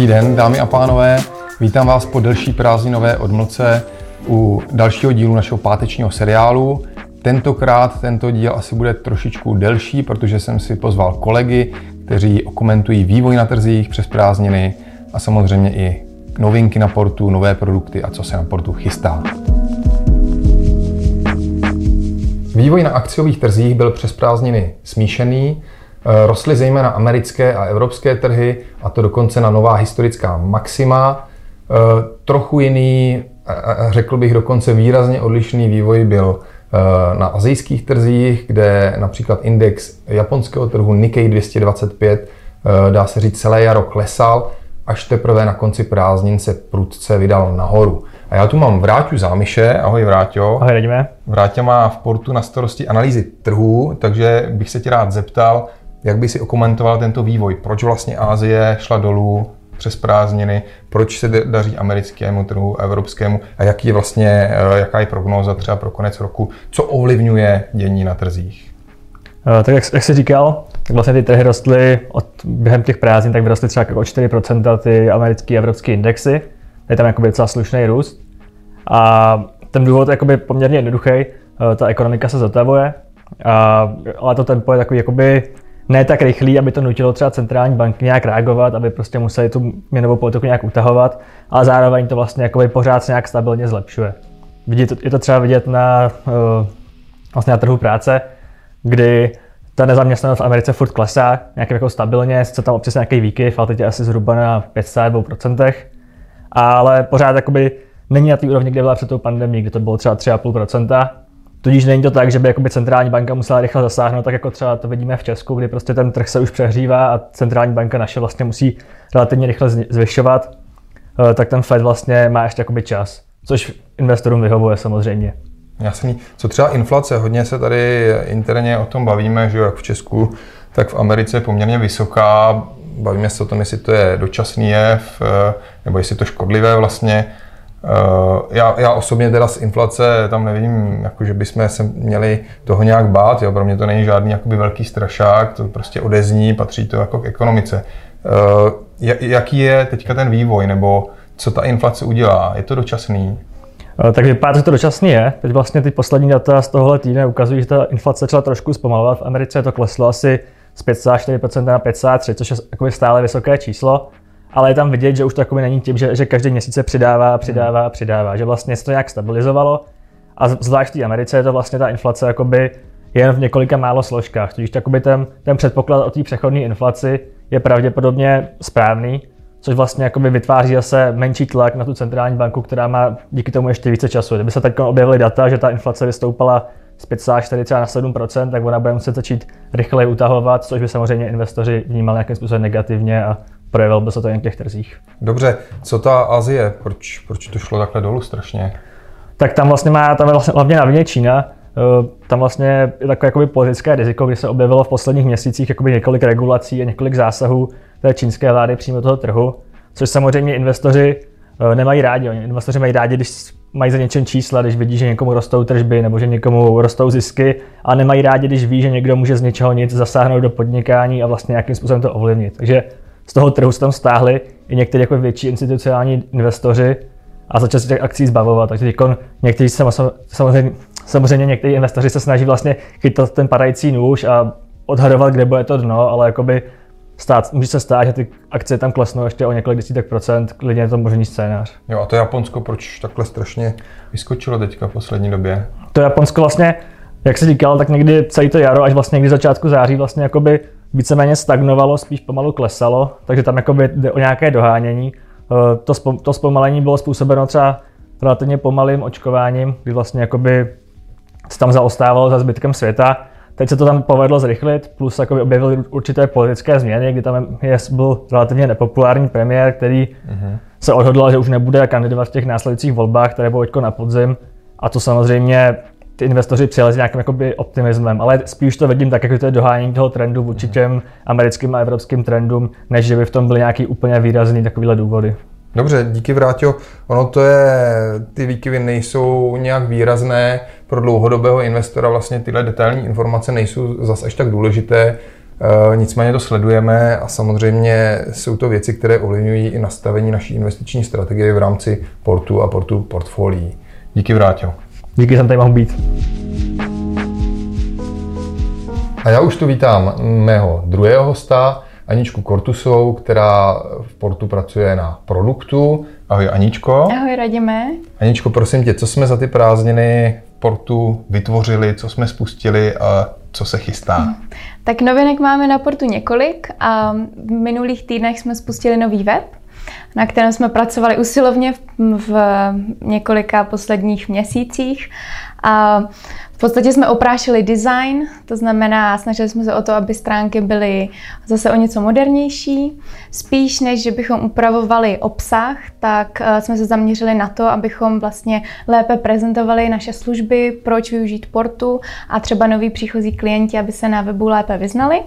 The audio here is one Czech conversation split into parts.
Dobrý den, dámy a pánové, vítám vás po delší prázdninové odmlce u dalšího dílu našeho pátečního seriálu. Tentokrát tento díl asi bude trošičku delší, protože jsem si pozval kolegy, kteří okomentují vývoj na trzích přes prázdniny a samozřejmě i novinky na portu, nové produkty a co se na portu chystá. Vývoj na akciových trzích byl přes prázdniny smíšený. Rostly zejména americké a evropské trhy, a to dokonce na nová historická maxima. Trochu jiný, řekl bych dokonce výrazně odlišný vývoj byl na asijských trzích, kde například index japonského trhu Nikkei 225, dá se říct, celé jaro klesal, až teprve na konci prázdnin se prudce vydal nahoru. A já tu mám Vráťu Zámiše. Ahoj Vráťo. Ahoj Radime. Vráťa má v portu na starosti analýzy trhů, takže bych se tě rád zeptal, jak by si okomentoval tento vývoj? Proč vlastně Asie šla dolů přes prázdniny? Proč se daří americkému trhu, evropskému? A jaká je prognóza třeba pro konec roku? Co ovlivňuje dění na trzích? Tak jak jsi říkal, tak vlastně ty trhy rostly během těch prázdnin, tak vyrostly třeba o 4% ty americké a evropské indexy. Je tam jakoby docela slušný růst. A ten důvod je jakoby poměrně jednoduchý. Ta ekonomika se zotavuje, ale to tempo je takový jakoby ne tak rychlý, aby to nutilo třeba centrální banky nějak reagovat, aby prostě museli tu měnovou politiku nějak utahovat, ale zároveň to vlastně jakoby pořád se nějak stabilně zlepšuje. Je to třeba vidět na na trhu práce, kdy ta nezaměstnanost v Americe furt klesá, nějak jako stabilně, sice tam občas nějaký výkyv, ale teď je asi zhruba na 5,2%, ale pořád jakoby není na té úrovni, kde byla před tou pandemií, kdy to bylo třeba 3,5%. Tudíž není to tak, že by jakoby centrální banka musela rychle zasáhnout, tak jako třeba to vidíme v Česku, kdy prostě ten trh se už přehřívá a centrální banka naše vlastně musí relativně rychle zvyšovat, tak ten Fed vlastně má ještě jakoby čas, což investorům vyhovuje samozřejmě. Jasný. Co třeba inflace? Hodně se tady interně o tom bavíme, že jak v Česku, tak v Americe je poměrně vysoká. Bavíme se o tom, jestli to je dočasný jev, nebo jestli to škodlivé vlastně. Já osobně teda z inflace tam nevidím, jako že bychom se měli toho nějak bát. Jo? Pro mě to není žádný jakoby velký strašák, to prostě odezní, patří to jako k ekonomice. Jaký je teďka ten vývoj, nebo co ta inflace udělá? Je to dočasný? Tak vypadá, že to dočasný je. Teď vlastně ty poslední data z tohohle týdne ukazují, že ta inflace začala trošku zpomalovat. V Americe to kleslo asi z 5,4% na 5,3%, což je jakoby stále vysoké číslo. Ale je tam vidět, že už to jakoby není tím, že každý měsíc se přidává, že vlastně se to nějak stabilizovalo. A zvlášť v té Americe je to vlastně ta inflace jakoby jen v několika málo složkách. Tudíž ten předpoklad o té přechodné inflaci je pravděpodobně správný, což vlastně jakoby vytváří zase menší tlak na tu centrální banku, která má díky tomu ještě více času. Kdyby se teď objevily data, že ta inflace vystoupala z 5,4 na 7%, tak ona bude muset začít rychleji utahovat, což by samozřejmě investoři vnímali nějakým způsobem negativně a projevilo by se to jen v těch trzích. Dobře, co ta Asie? Proč to šlo takhle dolů strašně? Tak tam je vlastně hlavně na vině Čína. Tam vlastně je takové jakoby politické riziko, kdy se objevilo v posledních měsících jakoby několik regulací a několik zásahů té čínské vlády přímo toho trhu, což samozřejmě investoři nemají rádi. Investoři mají rádi, když mají za něčem čísla, když vidí, že někomu rostou tržby nebo že někomu rostou zisky, a nemají rádi, když ví, že někdo může z něčeho nic zasáhnout do podnikání a vlastně nějakým způsobem to ovlivnit. Takže z toho trhu se tam stáhli i někteří jako větší institucionální investoři a začali se těch akcí zbavovat. Takže někteří samozřejmě někteří investoři se snaží vlastně chytat ten padající nůž a odhadovat, kde bude to dno, ale jakoby může se stát, že ty akcie tam klesnou ještě o několik desítek procent, klidně je to možný scénář. Jo, a to Japonsko proč takhle strašně vyskočilo teďka v poslední době? To Japonsko vlastně, jak jsi říkal, tak někdy celý to jaro, až vlastně někdy začátku září vlastně jakoby víceméně stagnovalo, spíš pomalu klesalo, takže tam jakoby jde o nějaké dohánění. To zpomalení bylo způsobeno třeba relativně pomalým očkováním, kdy vlastně jakoby se tam zaostávalo za zbytkem světa. Teď se to tam povedlo zrychlit, plus jakoby objevily určité politické změny, kdy tam byl relativně nepopulární premiér, který se odhodlal, že už nebude kandidovat v těch následujících volbách, které budou na podzim. A to samozřejmě ty investoři přijali s nějakým jakoby optimismem, ale spíš to vidím tak, jako to je dohánění toho trendu vůči těm americkým a evropským trendům, než že by v tom byly nějaký úplně výrazný takovýhle důvody. Dobře, díky Vráťo. Ty výkyvy nejsou nějak výrazné pro dlouhodobého investora, vlastně tyhle detailní informace nejsou zas až tak důležité. Nicméně to sledujeme a samozřejmě jsou to věci, které ovlivňují i nastavení naší investiční strategie v rámci portu a portu portfolií. Díky, Vráťo. Díky, že jsem tady mohl být. A já už tu vítám mého druhého hosta, Aničku Kortusovou, která v portu pracuje na produktu. Ahoj, Aničko. Ahoj, Radime. Aničko, prosím tě, co jsme za ty prázdniny v portu vytvořili, co jsme spustili a co se chystá? Tak novinek máme na portu několik a v minulých týdnech jsme spustili nový web, na kterém jsme pracovali usilovně v několika posledních měsících. A v podstatě jsme oprášili design, to znamená, snažili jsme se o to, aby stránky byly zase o něco modernější. Spíš než, že bychom upravovali obsah, tak jsme se zaměřili na to, abychom vlastně lépe prezentovali naše služby, proč využít portu a třeba noví příchozí klienti, aby se na webu lépe vyznali.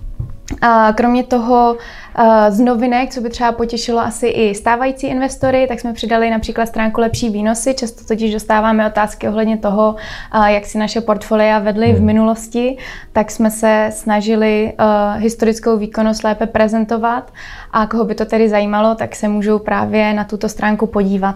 A kromě toho z novinek, co by třeba potěšilo asi i stávající investory, tak jsme přidali například stránku Lepší výnosy. Často totiž dostáváme otázky ohledně toho, jak si naše portfolia vedly v minulosti, tak jsme se snažili historickou výkonnost lépe prezentovat a koho by to tedy zajímalo, tak se můžou právě na tuto stránku podívat.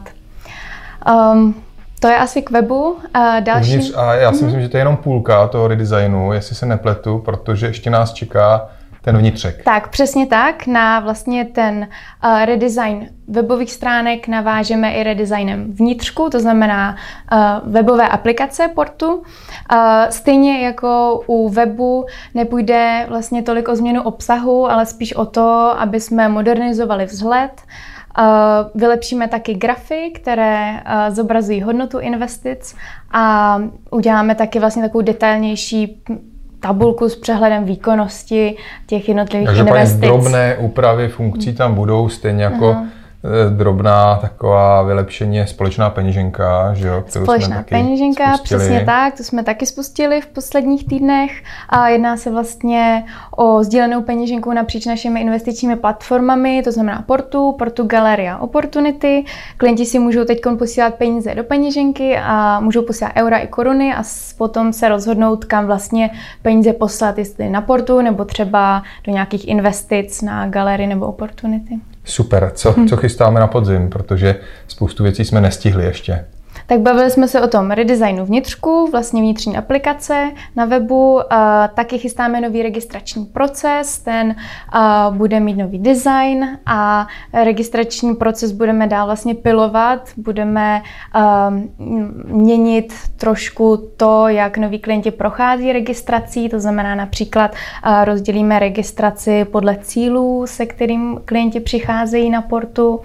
To je asi k webu. Další... A já si myslím, že to je jenom půlka toho redesignu, jestli se nepletu, protože ještě nás čeká ten vnitřek. Tak, přesně tak. Na vlastně ten redesign webových stránek navážeme i redesignem vnitřku, to znamená webové aplikace portu. Stejně jako u webu nepůjde vlastně tolik o změnu obsahu, ale spíš o to, aby jsme modernizovali vzhled. Vylepšíme taky grafy, které zobrazují hodnotu investic a uděláme taky vlastně takovou detailnější tabulku s přehledem výkonnosti těch jednotlivých investic. Takže drobné úpravy funkcí tam budou, stejně jako drobná taková vylepšení společná peněženka, že jo, kterou společná jsme taky peněženka, spustili. Přesně tak, to jsme taky spustili v posledních týdnech a jedná se vlastně o sdílenou peněženku napříč našimi investičními platformami, to znamená Portu Galeria, Opportunity. Klienti si můžou teď posílat peníze do peněženky a můžou posílat eura i koruny a potom se rozhodnout, kam vlastně peníze poslat, jestli na Portu nebo třeba do nějakých investic na Galerii nebo Opportunity. Super. Co chystáme na podzim, protože spoustu věcí jsme nestihli ještě. Tak bavili jsme se o tom redesignu vnitřku, vlastně vnitřní aplikace na webu. Taky chystáme nový registrační proces, ten bude mít nový design a registrační proces budeme dál vlastně pilovat. Budeme měnit trošku to, jak noví klienti prochází registrací, to znamená například rozdělíme registraci podle cílů, se kterým klienti přicházejí na portu.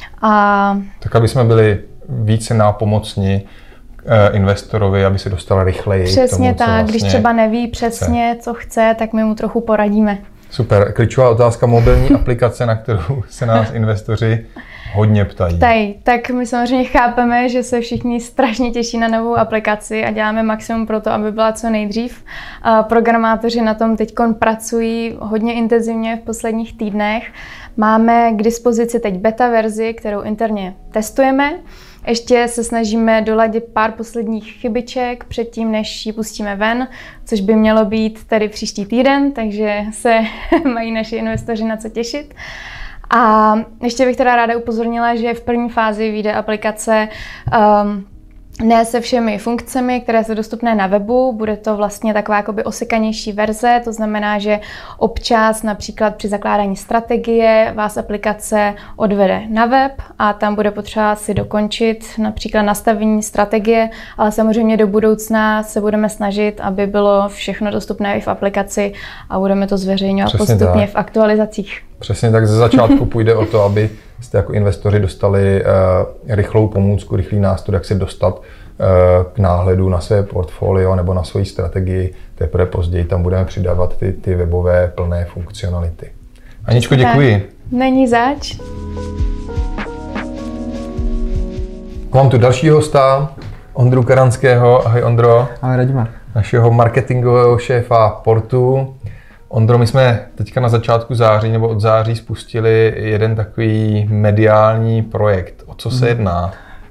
Tak aby jsme byli více nápomocní investorovi, aby se dostal rychleji. Přesně k tomu, tak, vlastně když třeba neví přesně, co chce, tak my mu trochu poradíme. Super. Klíčová otázka, mobilní aplikace, na kterou se nás investoři hodně ptají. Tak my samozřejmě chápeme, že se všichni strašně těší na novou aplikaci a děláme maximum pro to, aby byla co nejdřív. Programátoři na tom teď pracují hodně intenzivně v posledních týdnech. Máme k dispozici teď beta verzi, kterou interně testujeme. Ještě se snažíme doladit pár posledních chybiček předtím, než ji pustíme ven, což by mělo být tady příští týden, takže se mají naši investoři na co těšit. A ještě bych teda ráda upozornila, že v první fázi vyjde aplikace ne se všemi funkcemi, které jsou dostupné na webu, bude to vlastně taková jakoby osekanější verze, to znamená, že občas například při zakládání strategie vás aplikace odvede na web a tam bude potřeba si dokončit například nastavení strategie, ale samozřejmě do budoucna se budeme snažit, aby bylo všechno dostupné i v aplikaci a budeme to zveřejňovat postupně v aktualizacích. Přesně tak, ze začátku půjde o to, aby jste jako investoři dostali rychlou pomůcku, rychlý nástroj, jak se dostat k náhledu na své portfolio nebo na svoji strategii. Teprve později tam budeme přidávat ty webové plné funkcionality. Aničko, děkuji. Není zač. Mám tu dalšího hosta, Ondru Karanského. Ahoj, Ondro. Ahoj, Radima. Našeho marketingového šéfa Portu. Ondro, my jsme teďka na začátku září nebo od září spustili jeden takový mediální projekt. O co se jedná?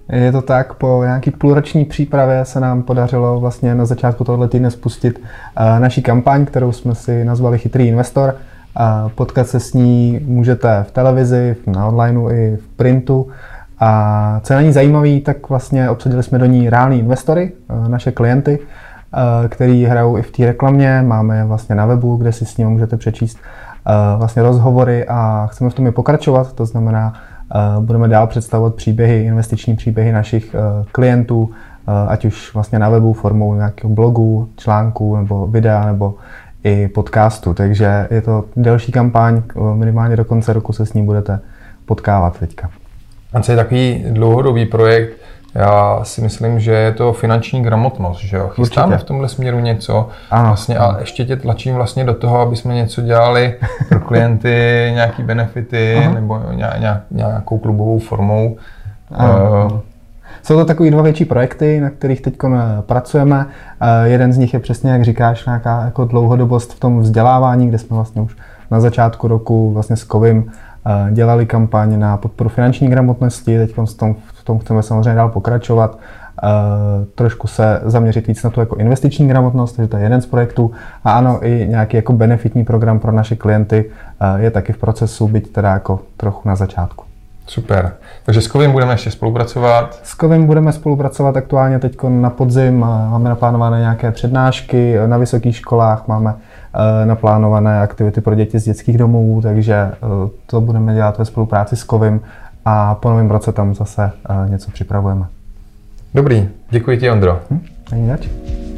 Je to tak, po nějaký půlroční přípravě se nám podařilo vlastně na začátku tohoto týdne spustit naši kampaň, kterou jsme si nazvali Chytrý investor. Potkat se s ní můžete v televizi, na onlineu i v printu. A co je na ní zajímavé, tak vlastně obsadili jsme do ní reální investory, naše klienty, který hrajou i v té reklamě. Máme je vlastně na webu, kde si s nimi můžete přečíst vlastně rozhovory a chceme v tom i pokračovat. To znamená, budeme dál představovat příběhy, investiční příběhy našich klientů, ať už vlastně na webu formou nějakého blogu, článku nebo videa nebo i podcastu. Takže je to delší kampaň, minimálně do konce roku se s ní budete potkávat teďka. A co je takový dlouhodobý projekt, já si myslím, že je to finanční gramotnost, že jo? Chystáme určitě v tomhle směru něco vlastně a ještě tě tlačím vlastně do toho, aby jsme něco dělali pro klienty, nějaký benefity nebo nějakou klubovou formou. Jsou to takový dva větší projekty, na kterých teď pracujeme. Jeden z nich je přesně, jak říkáš, nějaká jako dlouhodobost v tom vzdělávání, kde jsme vlastně už na začátku roku vlastně s Kovim dělali kampaň na podporu finanční gramotnosti, teď v tom chceme samozřejmě dál pokračovat, trošku se zaměřit víc na tu jako investiční gramotnost, takže to je jeden z projektů. A ano, i nějaký jako benefitní program pro naše klienty je taky v procesu, byť teda jako trochu na začátku. Super. Takže s Kovim budeme ještě spolupracovat? S Kovim budeme spolupracovat aktuálně teď na podzim. Máme naplánované nějaké přednášky na vysokých školách, máme naplánované aktivity pro děti z dětských domovů, takže to budeme dělat ve spolupráci s Kovim a po novém roce tam zase něco připravujeme. Dobrý, děkuji ti, Ondro. Není zač.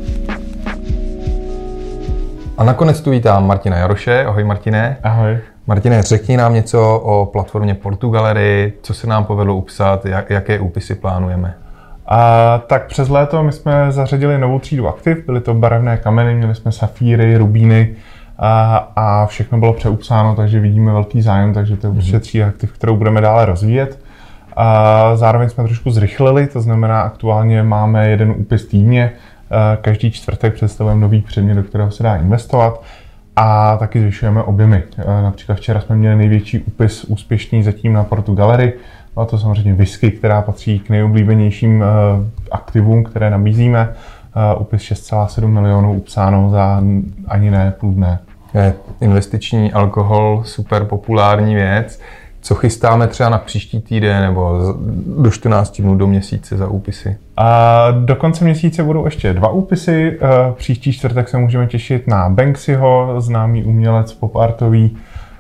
A nakonec tu vítám Martina Jaroše. Ahoj, Martine. Ahoj. Martine, řekni nám něco o platformě Portugalery, co se nám povedlo upsat, jaké úpisy plánujeme. Tak přes léto my jsme zařadili novou třídu aktiv, byly to barevné kameny, měli jsme safíry, rubíny a všechno bylo přeupsáno, takže vidíme velký zájem, takže to je určitě třída aktiv, kterou budeme dále rozvíjet. Zároveň jsme trošku zrychlili, to znamená aktuálně máme jeden úpis týdně, každý čtvrtek představujeme nový předmět, do kterého se dá investovat. A taky zvyšujeme objemy. Například včera jsme měli největší úpis úspěšný zatím na Portugalery. A to samozřejmě whisky, která patří k nejoblíbenějším aktivům, které nabízíme. Úpis 6,7 milionů upsáno za ani ne půl dne. Investiční alkohol, super populární věc. Co chystáme třeba na příští týden nebo do 14 dnů do měsíce za úpisy? Do konce měsíce budou ještě 2 úpisy. Příští čtvrtek se můžeme těšit na Banksyho, známý umělec pop-artový.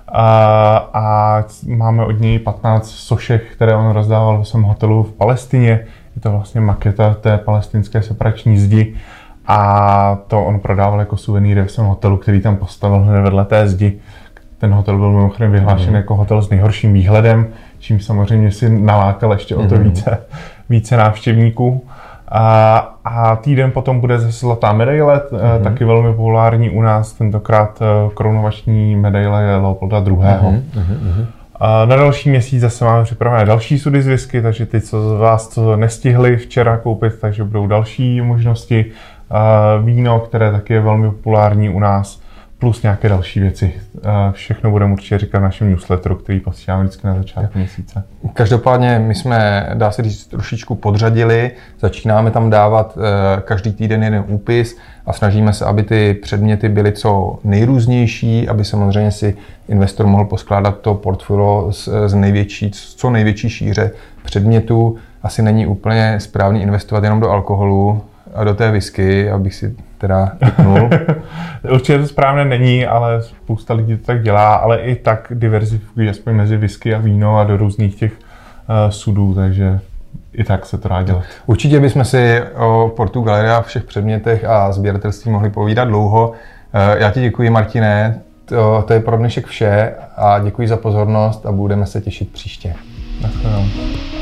A máme od něj 15 sošek, které on rozdával ve svém hotelu v Palestině. Je to vlastně maketa té palestinské separační zdi. A to on prodával jako suvenýry ve svém hotelu, který tam postavil hned vedle té zdi. Ten hotel byl mimochodem vyhlášen jako hotel s nejhorším výhledem, čím samozřejmě si nalákal ještě o to více návštěvníků. A týden potom bude zase zlatá medaile, taky velmi populární u nás, tentokrát korunovační medaile Leopolda II. Na další měsíc zase máme připravené další sudy z whisky, takže ty, co z vás co nestihli včera koupit, takže budou další možnosti. Víno, které taky je velmi populární u nás, plus nějaké další věci. Všechno budeme určitě říkat v našem newsletteru, který posíláme vždycky na začátku měsíce. Každopádně my jsme, dá se říct, trošičku podřadili. Začínáme tam dávat každý týden jeden úpis a snažíme se, aby ty předměty byly co nejrůznější, aby samozřejmě si investor mohl poskládat to portfolio co největší šíře předmětů. Asi není úplně správný investovat jenom do alkoholu a do té whisky, abych si teda typnul. Určitě to správné není, ale spousta lidí to tak dělá, ale i tak diverzifikují aspoň mezi whisky a víno a do různých těch sudů, takže i tak se to dá dělat. Určitě bychom si o Portugalery a všech předmětech a sběratelství mohli povídat dlouho. Já ti děkuji, Martine, to je pro dnešek vše a děkuji za pozornost a budeme se těšit příště. Naschledanou.